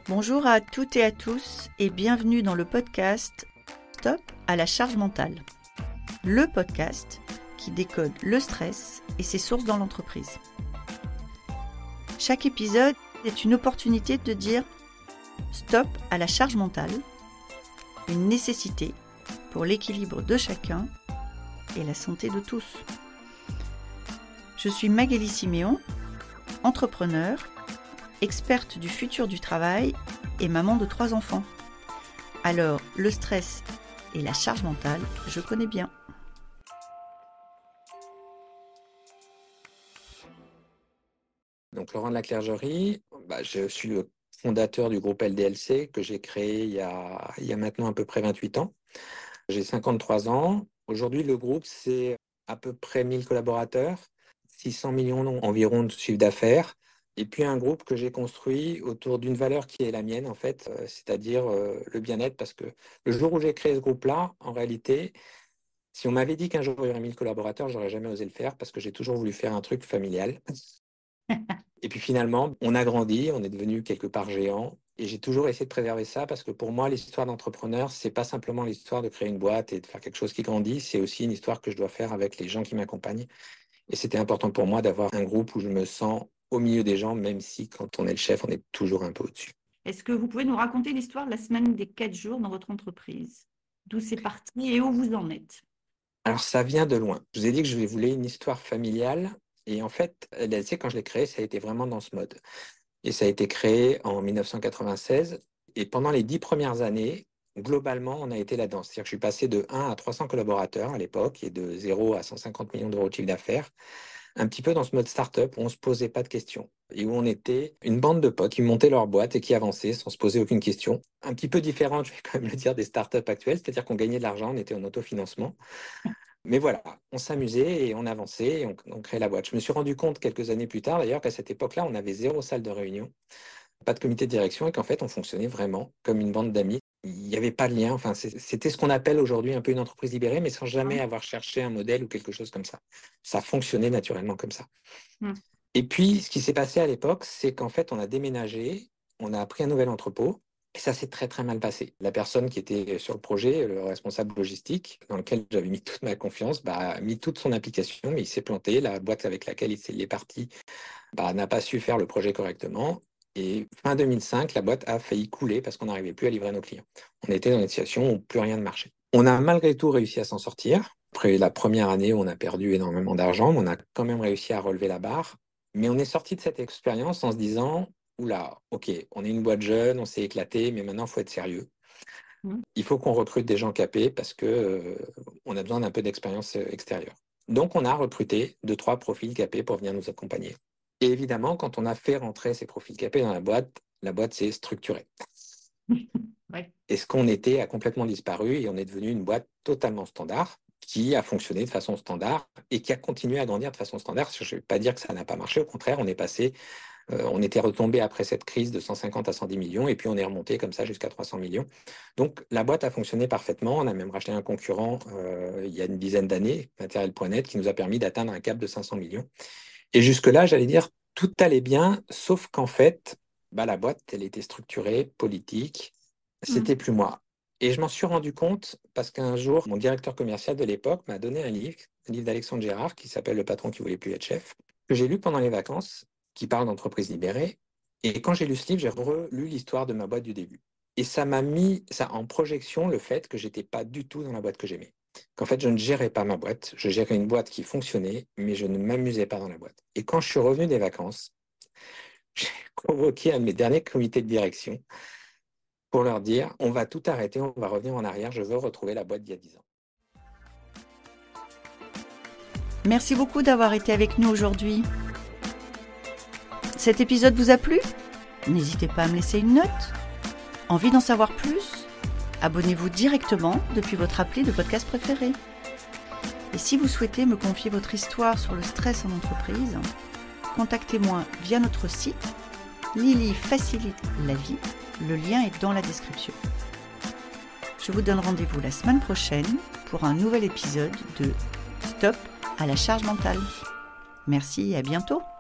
Bonjour à toutes et à tous et bienvenue dans le podcast Stop à la charge mentale. Le podcast qui décode le stress et ses sources dans l'entreprise. Chaque épisode est une opportunité de dire stop à la charge mentale, une nécessité pour l'équilibre de chacun et la santé de tous. Je suis Magali Siméon, entrepreneur, experte du futur du travail et maman de 3 enfants. Alors, le stress et la charge mentale, je connais bien. Donc Laurent de la Clergerie, je suis le fondateur du groupe LDLC que j'ai créé il y a maintenant à peu près 28 ans. J'ai 53 ans. Aujourd'hui, le groupe, c'est à peu près 1000 collaborateurs, 600 millions environ de chiffre d'affaires. Et puis un groupe que j'ai construit autour d'une valeur qui est la mienne, en fait, c'est-à-dire le bien-être. Parce que le jour où j'ai créé ce groupe-là, en réalité, si on m'avait dit qu'un jour il y aurait 1000 collaborateurs, j'aurais jamais osé le faire parce que j'ai toujours voulu faire un truc familial. Et puis finalement, on a grandi, on est devenu quelque part géant. Et j'ai toujours essayé de préserver ça parce que pour moi, l'histoire d'entrepreneur, c'est pas simplement l'histoire de créer une boîte et de faire quelque chose qui grandit, c'est aussi une histoire que je dois faire avec les gens qui m'accompagnent. Et c'était important pour moi d'avoir un groupe où je me sens au milieu des gens, même si quand on est le chef, on est toujours un peu au-dessus. Est-ce que vous pouvez nous raconter l'histoire de la semaine des 4 jours dans votre entreprise? D'où c'est parti et où vous en êtes? Alors ça vient de loin. Je vous ai dit que je voulais une histoire familiale. Et en fait, LLC, quand je l'ai créé, ça a été vraiment dans ce mode. Et ça a été créé en 1996. Et pendant les 10 premières années, globalement, on a été là-dedans. C'est-à-dire que je suis passé de 1 à 300 collaborateurs à l'époque et de 0 à 150 millions d'euros de chiffre d'affaires. Un petit peu dans ce mode start-up où on ne se posait pas de questions et où on était une bande de potes qui montaient leur boîte et qui avançaient sans se poser aucune question. Un petit peu différente, je vais quand même le dire, des start-up actuelles, c'est-à-dire qu'on gagnait de l'argent, on était en autofinancement. Mais voilà, on s'amusait et on avançait et on créait la boîte. Je me suis rendu compte quelques années plus tard, d'ailleurs, qu'à cette époque-là, on avait 0 salle de réunion, pas de comité de direction et qu'en fait, on fonctionnait vraiment comme une bande d'amis. Il n'y avait pas de lien. Enfin, c'était ce qu'on appelle aujourd'hui un peu une entreprise libérée, mais sans jamais avoir cherché un modèle ou quelque chose comme ça. Ça fonctionnait naturellement comme ça. Mm. Et puis, ce qui s'est passé à l'époque, c'est qu'en fait, on a déménagé, on a pris un nouvel entrepôt. Et ça s'est très, très mal passé. La personne qui était sur le projet, le responsable logistique, dans lequel j'avais mis toute ma confiance, a mis toute son application, mais il s'est planté. La boîte avec laquelle il est parti n'a pas su faire le projet correctement. Et fin 2005, la boîte a failli couler parce qu'on n'arrivait plus à livrer nos clients. On était dans une situation où plus rien ne marchait. On a malgré tout réussi à s'en sortir. Après la première année où on a perdu énormément d'argent, on a quand même réussi à relever la barre. Mais on est sorti de cette expérience en se disant, oula, ok, on est une boîte jeune, on s'est éclaté, mais maintenant, il faut être sérieux. Il faut qu'on recrute des gens capés parce que on a besoin d'un peu d'expérience extérieure. Donc, on a recruté 2-3 profils capés pour venir nous accompagner. Et évidemment, quand on a fait rentrer ces profils capés dans la boîte s'est structurée. Ouais. Et ce qu'on était a complètement disparu et on est devenu une boîte totalement standard qui a fonctionné de façon standard et qui a continué à grandir de façon standard. Je ne vais pas dire que ça n'a pas marché, au contraire, on était retombé après cette crise de 150 à 110 millions et puis on est remonté comme ça jusqu'à 300 millions. Donc la boîte a fonctionné parfaitement. On a même racheté un concurrent il y a une dizaine d'années, Matériel.net, qui nous a permis d'atteindre un cap de 500 millions. Et jusque-là, j'allais dire, tout allait bien, sauf qu'en fait, la boîte, elle était structurée, politique, c'était plus moi. Et je m'en suis rendu compte parce qu'un jour, mon directeur commercial de l'époque m'a donné un livre d'Alexandre Gérard qui s'appelle Le patron qui voulait plus être chef, que j'ai lu pendant les vacances, qui parle d'entreprise libérée. Et quand j'ai lu ce livre, j'ai relu l'histoire de ma boîte du début. Et ça m'a mis ça en projection le fait que j'étais pas du tout dans la boîte que j'aimais. Qu'en fait, je ne gérais pas ma boîte. Je gérais une boîte qui fonctionnait, mais je ne m'amusais pas dans la boîte. Et quand je suis revenu des vacances, j'ai convoqué un de mes derniers comités de direction pour leur dire, on va tout arrêter, on va revenir en arrière, je veux retrouver la boîte d'il y a 10 ans. Merci beaucoup d'avoir été avec nous aujourd'hui. Cet épisode vous a plu? N'hésitez pas à me laisser une note. Envie d'en savoir plus? Abonnez-vous directement depuis votre appli de podcast préféré. Et si vous souhaitez me confier votre histoire sur le stress en entreprise, contactez-moi via notre site Lily facilite la vie. Le lien est dans la description. Je vous donne rendez-vous la semaine prochaine pour un nouvel épisode de Stop à la charge mentale. Merci et à bientôt.